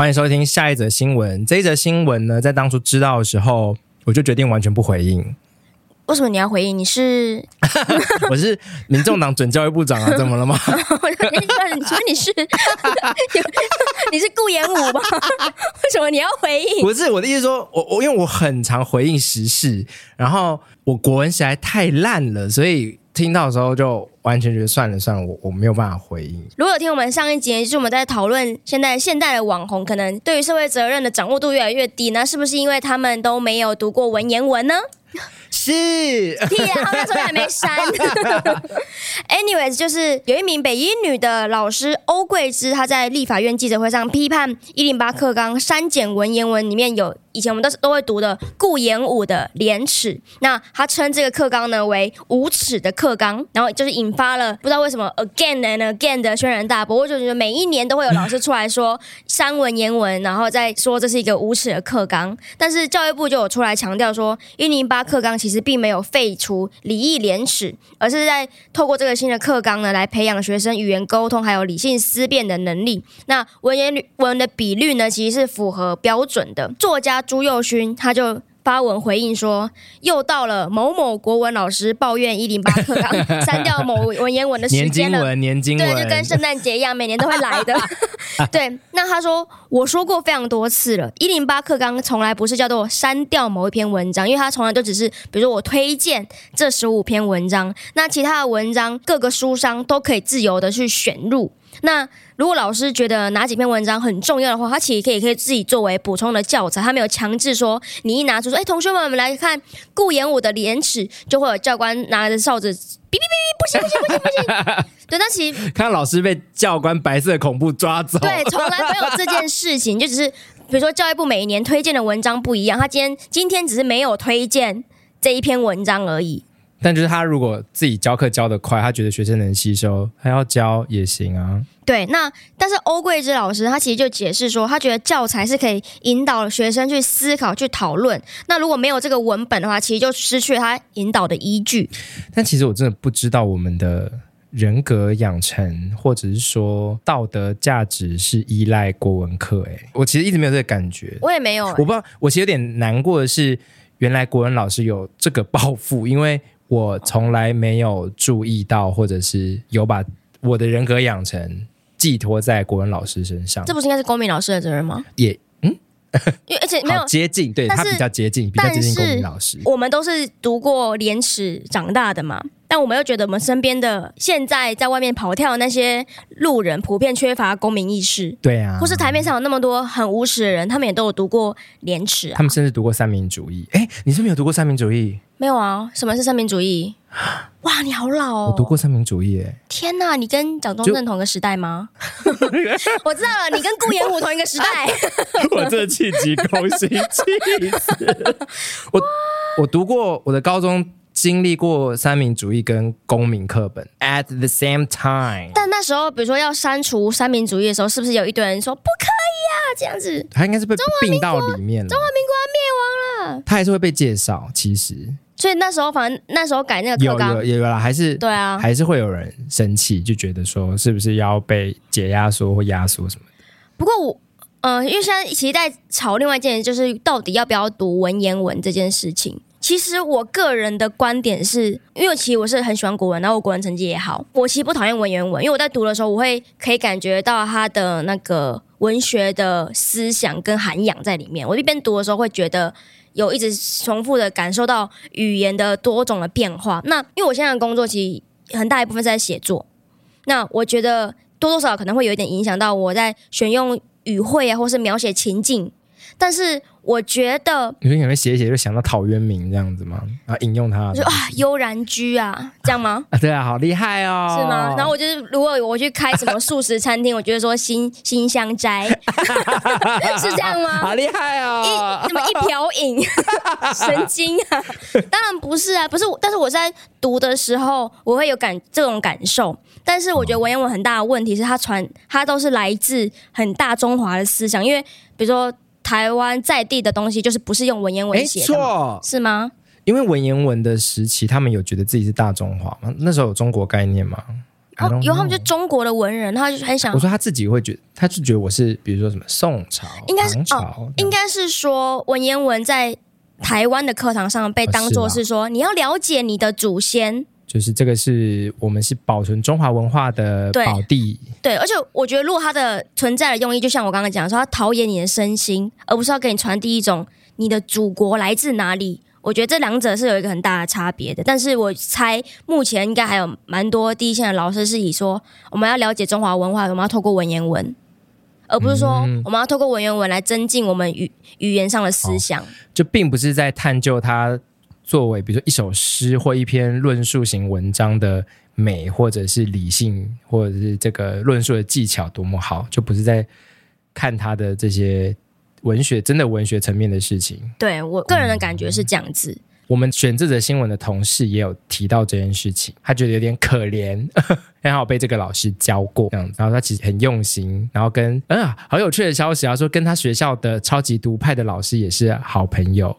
欢迎收听下一则新闻。这一则新闻呢，在当初知道的时候，我就决定完全不回应。 为什么你要回应？你是我是民众党准教育部长啊，怎么了吗？ 你说你是你是顾炎武吧？为什么你要回应？ 不是，我的意思说，因为我很常回应时事，然后我国文实在太烂了，所以听到的时候就完全觉得算了，我没有办法回应。 如果有听我们上一集，就是我们在讨论现代的网红可能对于社会责任的掌握度越来越低，那是不是因为他们都没有读过文言文呢？ 是屁啊，他们那时候还没删。Anyways， 就是有一名北一女的老师欧桂芝，她在立法院记者会上批判108课纲删减文言文里面有以前我们都会读的顾炎武的廉耻，那他称这个课纲呢为无耻的课纲，然后就是引发了不知道为什么 again and again 的轩然大波。我就觉得每一年都会有老师出来说删文言文，然后再说这是一个无耻的课纲，但是教育部就有出来强调说108课纲其实并没有废除礼义廉耻，而是在透过这个新的课纲呢来培养学生语言沟通还有理性思辨的能力。那文言文的比率呢其实是符合标准的。作家朱佑勋他就发文回应说，又到了某某国文老师抱怨108课纲删掉某文言文的时间了。 年经文， 对，就跟圣诞节一样，每年都会来的。对，那他说，我说过非常多次了，108课纲从来不是叫做删掉某一篇文章，因为它从来都只是，比如说我推荐这15篇文章，那其他的文章各个书商都可以自由的去选入。那如果老师觉得哪几篇文章很重要的话，他其实可以自己作为补充的教材，他没有强制说你一拿出说，同学们我们来看顾炎武的廉耻，就会有教官拿着哨子哔哔哔哔，不行。对，那其实看到老师被教官白色恐怖抓走， 对，从来没有这件事情，就只是比如说教育部每一年推荐的文章不一样，他今天只是没有推荐这一篇文章而已。 但就是他如果自己教课教得快，他觉得学生能吸收，他要教也行啊。 对，那但是欧桂芝老师他其实就解释说，他觉得教材是可以引导学生去思考、去讨论。那如果没有这个文本的话，其实就失去了他引导的依据。 但其实我真的不知道我们的人格养成或者是说道德价值是依赖国文课。我其实一直没有这个感觉。 我也没有。 我不知道，我其实有点难过的是，原来国文老师有这个抱负，因为我从来没有注意到，或者是有把我的人格养成寄托在国文老师身上。 这不是应该是公民老师的责任吗？ 也而且没有接近，对，他比较接近公民老师。 我们都是读过廉耻长大的嘛，但我们又觉得我们身边的现在在外面跑跳的那些路人普遍缺乏公民意识。 对啊， 或是台面上有那么多很无耻的人，他们也都有读过廉耻啊， 他们甚至读过三民主义。你是不是有读过三民主义？ 没有啊，什么是三民主义？哇，你好老哦！ 我读过三民主义。 天哪，你跟蒋中正同一个时代吗？我知道了，你跟顾炎武同一个时代。 我这气急攻心，气死！我读过，我的高中经历过三民主义跟公民课本 at the same time。 但那时候，比如说要删除三民主义的时候，是不是有一堆人说不可以啊？这样子， 他应该是被并到里面了。 中华民国要灭亡了， 他还是会被介绍。其实， 所以那时候，反正那时候改那个课纲有啦，还是对啊， 还是会有人生气，就觉得说是不是要被解压缩或压缩什么的。 不过因为现在其实在吵另外一件事，就是到底要不要读文言文这件事情。其实我个人的观点是，因为其实我是很喜欢国文，然后我国文成绩也好，我其实不讨厌文言文，因为我在读的时候，我可以感觉到它的那个文学的思想跟涵养在里面。我一边读的时候会觉得有一直重复的感受到语言的多种的变化。那因为我现在的工作其实很大一部分是在写作，那我觉得多多少少可能会有一点影响到我在选用语汇啊，或是描写情境。但是我觉得， 你说你会写一写就想到陶渊明这样子吗？然后引用他， 就悠然居啊，这样吗？ 对啊，好厉害哦， 是吗？然后我就是，如果我去开什么素食餐厅，我觉得说新香斋是这样吗？ 好厉害哦！ 什么一瓢饮，神经啊！当然不是啊，不是。但是我在读的时候，我会有这种感受。但是我觉得文言文很大的问题是它都是来自很大中华的思想，因为比如说台湾在地的东西，就是不是用文言文写的，错是吗？因为文言文的时期，他们有觉得自己是大中华吗？那时候有中国概念吗？ 有他们就中国的文人，他就很想我说他自己会觉得，他就觉得我是比如说什么宋朝、 应该是唐朝， 应该是说文言文在台湾的课堂上被当作是说，你要了解你的祖先。 就是这个是我们是保存中华文化的宝地， 对，而且我觉得如果它的存在的用意，就像我刚刚讲说，它陶冶你的身心，而不是要给你传递一种你的祖国来自哪里。我觉得这两者是有一个很大的差别的。但是我猜目前应该还有蛮多第一线的老师是以说，我们要了解中华文化，我们要透过文言文，而不是说我们要透过文言文来增进我们语言上的思想， 就并不是在探究它作为比如说一首诗或一篇论述型文章的美，或者是理性，或者是这个论述的技巧多么好，就不是在看它的这些真的文学层面的事情。 对，我个人的感觉是这样子。 我们选这则新闻的同事也有提到这件事情，他觉得有点可怜，刚好被这个老师教过这样子，然后他其实很用心，然后跟好有趣的消息啊，说跟他学校的超级独派的老师也是好朋友。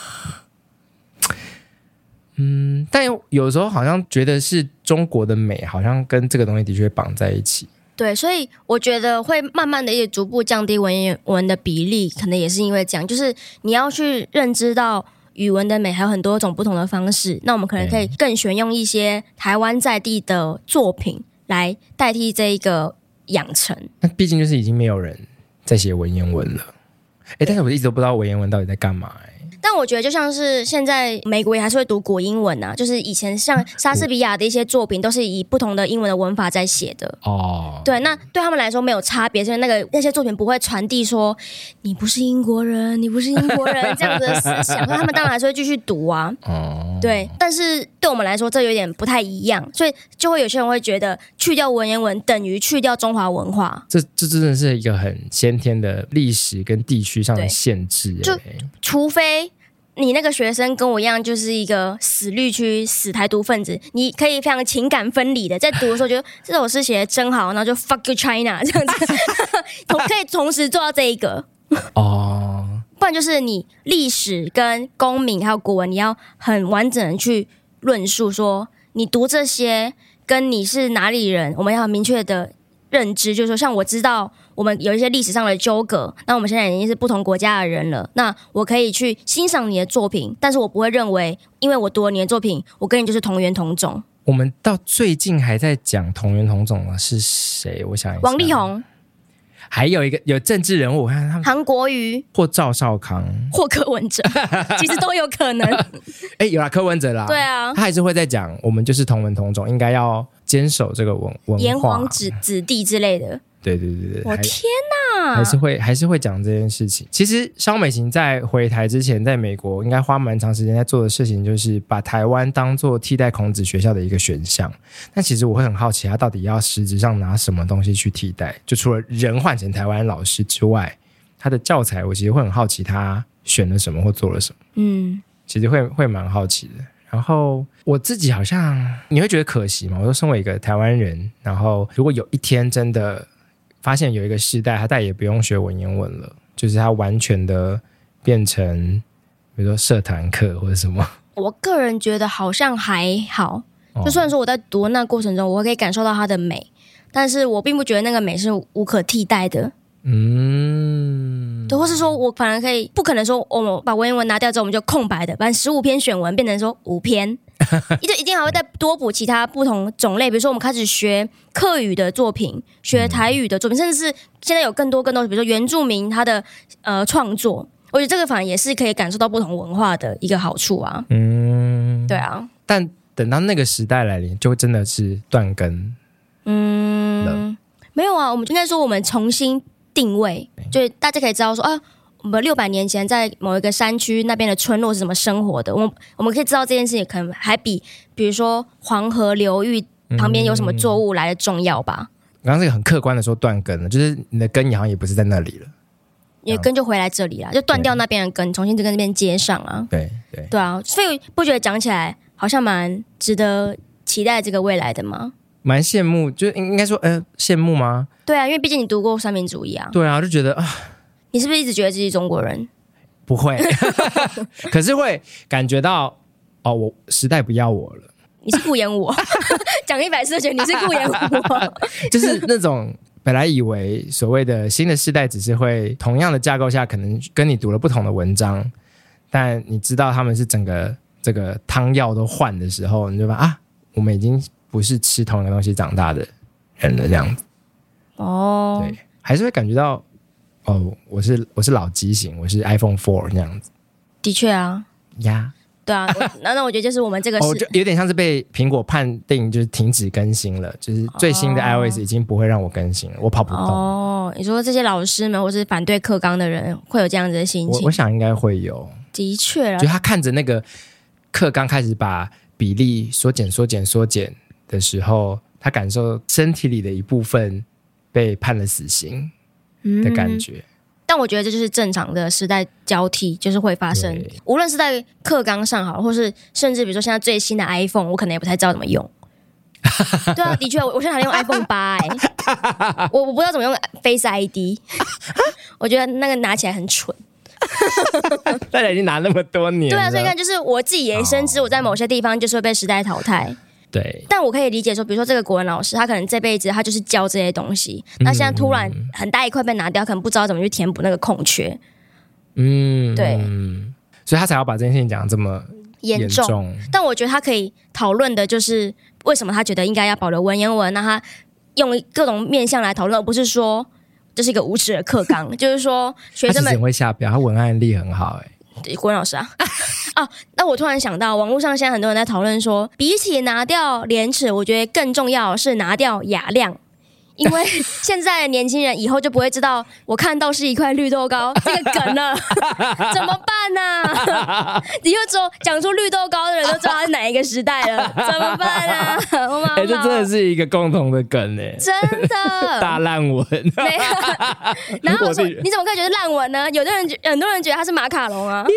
但有时候好像觉得是中国的美，好像跟这个东西的确绑在一起。 对，所以我觉得会慢慢的也逐步降低文言文的比例，可能也是因为这样，就是你要去认知到语文的美还有很多种不同的方式，那我们可能可以更选用一些台湾在地的作品来代替这一个养成。 那毕竟就是已经没有人在写文言文了，但是我一直都不知道文言文到底在干嘛。 但我觉得就像是现在美国也还是会读古英文啊，就是以前像莎士比亚的一些作品都是以不同的英文的文法在写的哦。对，那对他们来说没有差别，就是那些作品不会传递说你不是英国人，你不是英国人这样子的思想，他们当然还是会继续读啊。哦，对，但是对我们来说这有点不太一样，所以就会有些人会觉得去掉文言文等于去掉中华文化。 这真的是一个很先天的历史跟地区上的限制。 就除非你那个学生跟我一样，就是一个死绿区、死台独分子，你可以非常情感分离的，在读的时候觉得这首诗写的真好，然后就 fuck you China 这样子，可以同时做到这一个哦。不然就是你历史跟公民还有国文，你要很完整的去论述说，你读这些跟你是哪里人，我们要很明确的认知，就是说，像我知道我们有一些历史上的纠葛，那我们现在已经是不同国家的人了，那我可以去欣赏你的作品，但是我不会认为因为我读了你的作品，我跟你就是同源同种。 我们到最近还在讲同源同种的是谁？我想一下， 王力宏， 还有一个有政治人物，我看他们韩国瑜或赵少康或柯文哲，其实都有可能。 有啦，柯文哲啦， 对啊， 他还是会在讲我们就是同文同种，应该要坚守这个文化， 炎黄子弟之类的。 对， 我天哪， 还是会讲这件事情。其实萧美琴在回台之前，在美国应该花蛮长时间在做的事情，就是把台湾当做替代孔子学校的一个选项。但其实我会很好奇，他到底要实质上拿什么东西去替代？就除了人换成台湾老师之外，他的教材我其实会很好奇，他选了什么或做了什么。其实会蛮好奇的。然后我自己好像你会觉得可惜吗？我说身为一个台湾人，然后如果有一天真的发现有一个世代他再也不用学文言文了，就是他完全的变成比如说社团课或者什么， 我个人觉得好像还好。就虽然说我在读的那过程中我可以感受到它的美，但是我并不觉得那个美是无可替代的。对，或是说我反而不可能说我们把文言文拿掉之后我们就空白的，把15篇选文变成说5篇，就一定还会再多补其他不同种类，比如说我们开始学客语的作品，学台语的作品，甚至是现在有更多比如说原住民他的创作，我觉得这个反而也是可以感受到不同文化的一个好处啊。对啊， 但等到那个时代来临，就真的是断根。 没有啊，我们应该说我们重新定位，就是大家可以知道说我们600年前在某一个山区那边的村落是怎么生活的，我们可以知道这件事情可能还比如说黄河流域旁边有什么作物来的重要吧。 刚刚这个很客观的说断根了，就是你的根好像也不是在那里了， 你的根就回来这里了，就断掉那边的根，重新跟那边接上啊。对啊，所以不觉得讲起来好像蛮值得期待这个未来的吗？ 蛮羡慕，就应该说羡慕吗？ 对啊，因为毕竟你读过三民主义啊。 对啊，就觉得你是不是一直觉得自己是中国人？ 不会可是会感觉到我时代不要我了。 你是顾炎武讲100次都觉得你是顾炎武就是那种本来以为所谓的新的世代只是会同样的架构下可能跟你读了不同的文章，但你知道他们是整个这个汤药都换的时候，你就把我们已经不是吃同一个东西长大的人了这样子。 哦， 对，还是会感觉到我是老机型，我是 iPhone 4这样子。 的确啊呀， 对啊，那我觉得就是我们这个就有点像是被苹果判定就是停止更新了，就是最新的 iOS 已经不会让我更新了，我跑不动。 哦，你说这些老师们或是反对课纲的人会有这样子的心情？ 我想应该会有。 的确啦， 就他看着那个课纲开始把比例缩减的时候，他感受身体里的一部分被判了死刑的感觉。 但我觉得这就是正常的时代交替，就是会发生。无论是在课纲上好，或是甚至比如说现在最新的 iPhone， 我可能也不太知道怎么用。对啊，的确，我现在还用 iPhone 8我不知道怎么用 Face ID， 我觉得那个拿起来很蠢。 大家已经拿那么多年了， 对啊，所以看就是我自己也深知，我在某些地方就是会被时代淘汰。 对， 但我可以理解说，比如说这个国文老师，他可能这辈子他就是教这些东西，那现在突然很大一块被拿掉，可能不知道怎么去填补那个空缺。对， 所以他才要把这件事情讲得这么严重。 但我觉得他可以讨论的就是为什么他觉得应该要保留文言文，那他用各种面向来讨论，而不是说这是一个无耻的课纲。就是说学生们他其实很会下标，他文案力很好国文老师啊那我突然想到，网络上现在很多人在讨论说，比起拿掉廉耻，我觉得更重要是拿掉雅量。因为现在的年轻人以后就不会知道我看到是一块绿豆糕这个梗了，怎么办呢？以后只有讲出绿豆糕的人都知道是哪一个时代了，怎么办啊？ 这真的是一个共同的梗真的大烂文。 没有，然后我说你怎么可以觉得烂文呢？很多人觉得它是马卡龙啊，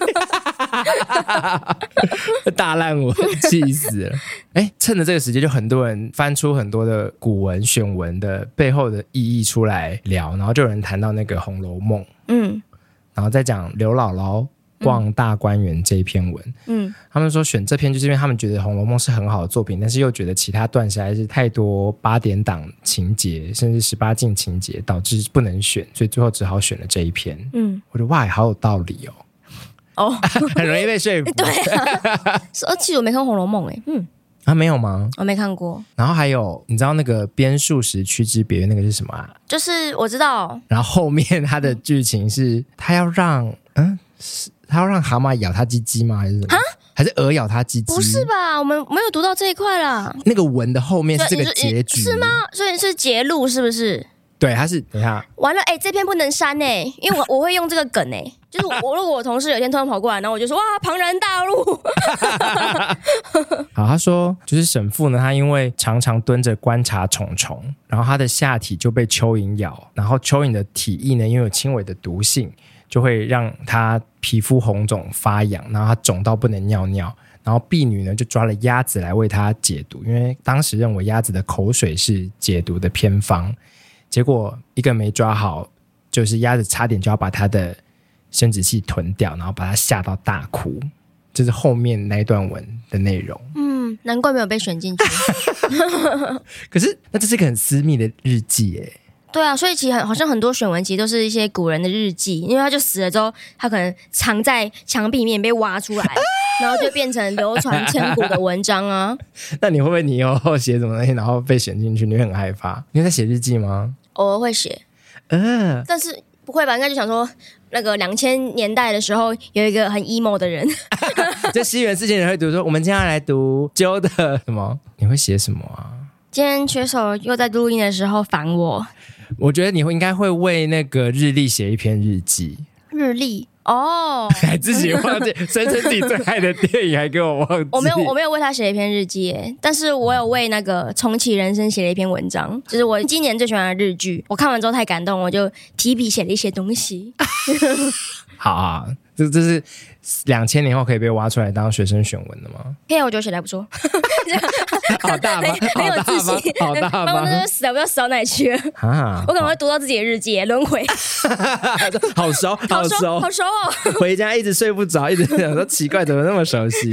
大烂文，气死了！趁着这个时间，就很多人翻出很多的古文选文的背后的意义出来聊，然后就有人谈到那个《红楼梦》，然后再讲刘姥姥逛大观园这一篇文，他们说选这篇就是因为他们觉得《红楼梦》是很好的作品，但是又觉得其他段实在是太多8点档情节，甚至18禁情节，导致不能选，所以最后只好选了这一篇。我觉得哇，好有道理很容易被说服。 对啊，其实我没看过《红楼梦》 没有吗？ 我没看过。 然后还有你知道那个编数时区之别那个是什么啊？ 就是我知道。 然后后面他的剧情是他要让蛤蟆咬他鸡鸡吗？还是还是鹅咬他鸡鸡？ 不是吧？我们没有读到这一块啦。 那个文的后面是这个结局是吗？所以是节录是不是？ 对，他是等一下完了这篇不能删因为我会用这个梗就是如果我同事有一天突然跑过来，然后我就说哇庞然大物好，他说就是沈父呢，他因为常常蹲着观察虫虫，然后他的下体就被蚯蚓咬，然后蚯蚓的体液呢因为有轻微的毒性，就会让他皮肤红肿发痒，然后他肿到不能尿尿，然后婢女呢就抓了鸭子来为他解毒，因为当时认为鸭子的口水是解毒的偏方，结果一个没抓好，就是鸭子差点就要把他的生殖器吞掉，然后把他吓到大哭。这是后面那一段文的内容。 难怪没有被选进去。 可是那这是一个很私密的日记对啊，所以其实好像很多选文其实都是一些古人的日记，因为他就死了之后，他可能藏在墙壁里面被挖出来，然后就变成流传千古的文章啊。那你会不会你以后写什么东西，然后被选进去，你会很害怕？你在写日记吗？ 偶尔会写，但是不会吧？应该就想说，那个2000年代的时候，有一个很 emo 的人， 就西元4000人会读说，我们今天要来读鸠的什么？你会写什么啊？ 今天缺手又在录音的时候烦我。 我觉得你应该会为那个日历写一篇日记。 日历还自己忘记，声称自己最爱的电影还给我忘记。 我没有为他写了一篇日记但是我有为那个重启人生写了一篇文章，就是我今年最喜欢的日剧。我看完之后太感动，我就提笔写了一些东西。 好啊，这是2000年后可以被挖出来当学生选文的吗？ 可以，我觉得写得还不错。 好大方， 很有自信， 好大方。 我那死了，不知道死到哪里去了我可能会读到自己的日记轮回。 好熟， 好熟回家一直睡不着，一直想说奇怪，怎么那么熟悉？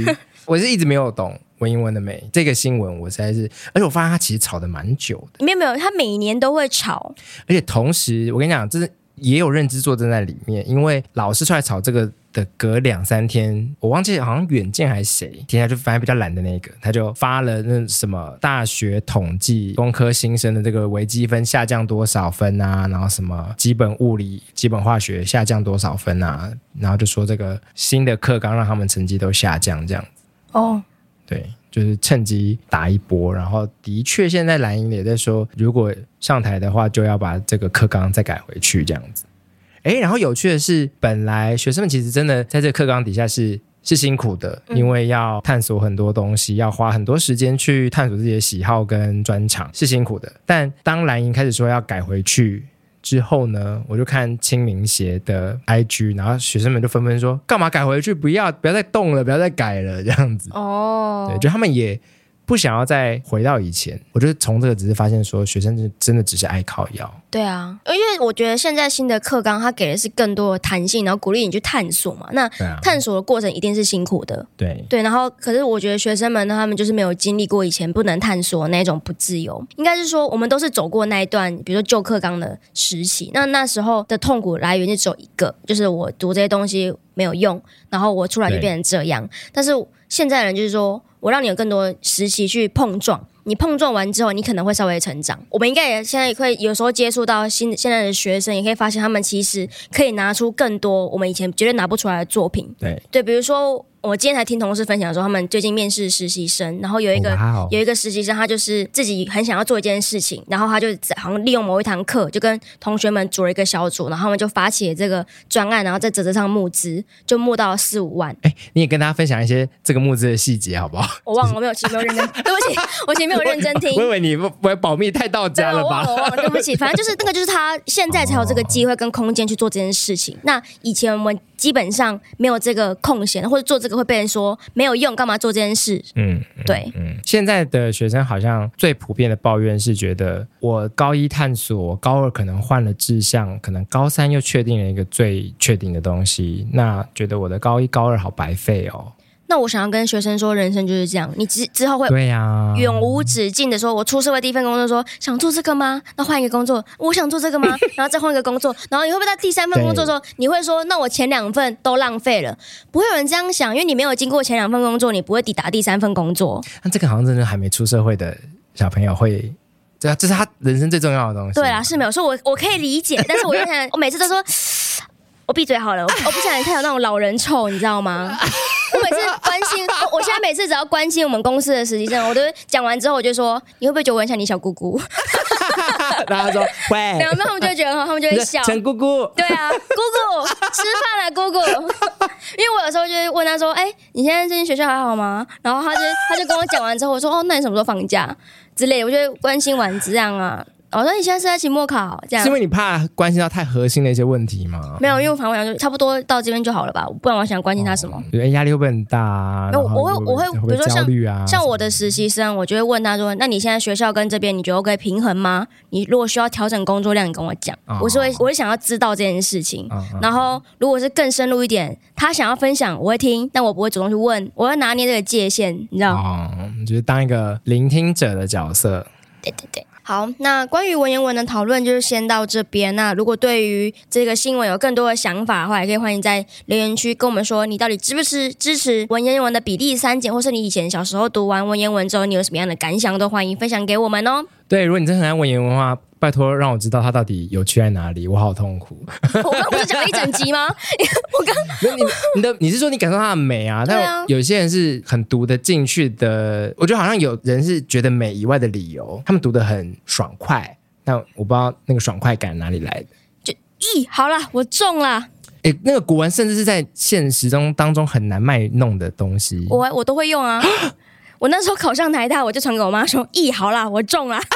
我是一直没有懂文言文的美这个新闻，我实在是，而且我发现它其实吵得蛮久的。 没有，他每年都会吵，而且同时我跟你讲，这是也有认知作证在里面，因为老师出来吵这个的隔2-3天，我忘记好像远见还是谁，天下就反正比较懒的那个，他就发了那什么大学统计工科新生的这个微积分下降多少分啊，然后什么基本物理基本化学下降多少分啊，然后就说这个新的课纲让他们成绩都下降这样子。 哦， 对，就是趁机打一波，然后的确现在蓝营也在说，如果上台的话就要把这个课纲再改回去这样子。然后有趣的是，本来学生们其实真的在这个课纲底下是辛苦的，因为要探索很多东西，要花很多时间去探索自己的喜好跟专长，是辛苦的。但当蓝营开始说要改回去之后呢，我就看青民协的 IG， 然后学生们就纷纷说干嘛改回去，不要再动了，不要再改了这样子。对，就他们也不想要再回到以前。我觉得从这个只是发现说学生真的只是爱靠腰。 对啊，因为我觉得现在新的课纲它给的是更多的弹性，然后鼓励你去探索嘛，那探索的过程一定是辛苦的。对，然后可是我觉得学生们呢，他们就是没有经历过以前不能探索那种不自由，应该是说我们都是走过那一段比如说旧课纲的时期，那时候的痛苦来源就只有一个，就是我读这些东西没有用，然后我出来就变成这样。但是现在的人就是说我让你有更多时期去碰撞，你碰撞完之后你可能会稍微成长。我们应该也现在会有时候接触到现在的学生，也可以发现他们其实可以拿出更多我们以前绝对拿不出来的作品。对，比如说我今天才听同事分享说他们最近面试实习生，然后有一个实习生，他就是自己很想要做一件事情，然后他就好像利用某一堂课就跟同学们组了一个小组，然后他们就发起了这个专案，然后在嘖上募资，就募到了4-5万。 你也跟大家分享一些这个募资的细节好不好？ 我忘了，我其实没有认真对不起，我其实没有认真听。 我以为你不会保密太到家了吧？ 我忘了，对不起。反正就是那个，就是他现在才有这个机会跟空间去做这件事情。那以前我们基本上没有这个空闲，或者做这个会被人说没有用，干嘛做这件事？对。 现在的学生好像最普遍的抱怨是觉得，我高1探索，高2可能换了志向，可能高3又确定了一个最确定的东西，那觉得我的高1、高2好白费哦。 那我想要跟学生说，人生就是这样，你之后会永无止境的说，我出社会第一份工作说想做这个吗？那换一个工作，我想做这个吗？然后再换一个工作，然后你会不会在第3份工作的时候，你会说那我前2份都浪费了？不会有人这样想，因为你没有经过前2份工作，你不会抵达第3份工作。 那这个好像真的还没出社会的小朋友会，这是他人生最重要的东西。 对啦，是没有说我可以理解，但是我就想，我每次都说我闭嘴好了，我不想看有那种老人臭，你知道吗？我每次关心，我现在每次只要关心我们公司的实习生，我都讲完之后我就说，你会不会觉得我很像你小姑姑？ 然后他说会， 然后他们就会觉得很好，他们就会笑。 陈姑姑， 对啊，姑姑吃饭了，姑姑。因为我有时候就会问他说，你现在最近学校还好吗？然后他就跟我讲完之后，我说那你什么时候放假之类的，我就会关心完这样啊。我说你现在是在期末考，这样是因为你怕关心到太核心的一些问题吗？ 没有，因为我想就差不多到这边就好了吧，不然我想关心他什么？ 压力会不会很大啊？ 我会比如说焦虑啊， 像我的实习生，我就会问他说：“那你现在学校跟这边你觉得 OK 平衡吗？你如果需要调整工作量，你跟我讲。”我会想要知道这件事情。然后如果是更深入一点，他想要分享，我会听，但我不会主动去问，我会拿捏这个界限，你知道吗？ 就是当一个聆听者的角色。 对。好，那关于文言文的讨论就是先到这边。那如果对于这个新闻有更多的想法的话，也可以欢迎在留言区跟我们说，你到底支持文言文的比例删减，或是你以前小时候读完文言文之后，你有什么样的感想，都欢迎分享给我们哦。对，如果你真的很爱文言文的话，拜托让我知道它到底有趣在哪里，我好痛苦。我刚不是讲了一整集吗？你是说你感受它的美啊？但有些人是很读得进去的，我觉得好像有人是觉得美以外的理由，他们读得很爽快，但我不知道那个爽快感哪里来的。就好啦，我中啦。那个古文甚至是在现实当中很难卖弄的东西，我都会用啊。我那时候考上台大，我就传给我妈说：“好啦，我中啦。”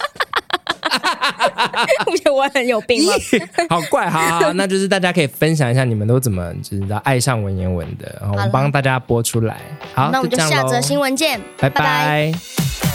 我觉得我很有病吗？好怪，好，那就是大家可以分享一下你们都怎么就是爱上文言文的，然后我们帮大家播出来。好，那我们就下则新闻见，拜拜。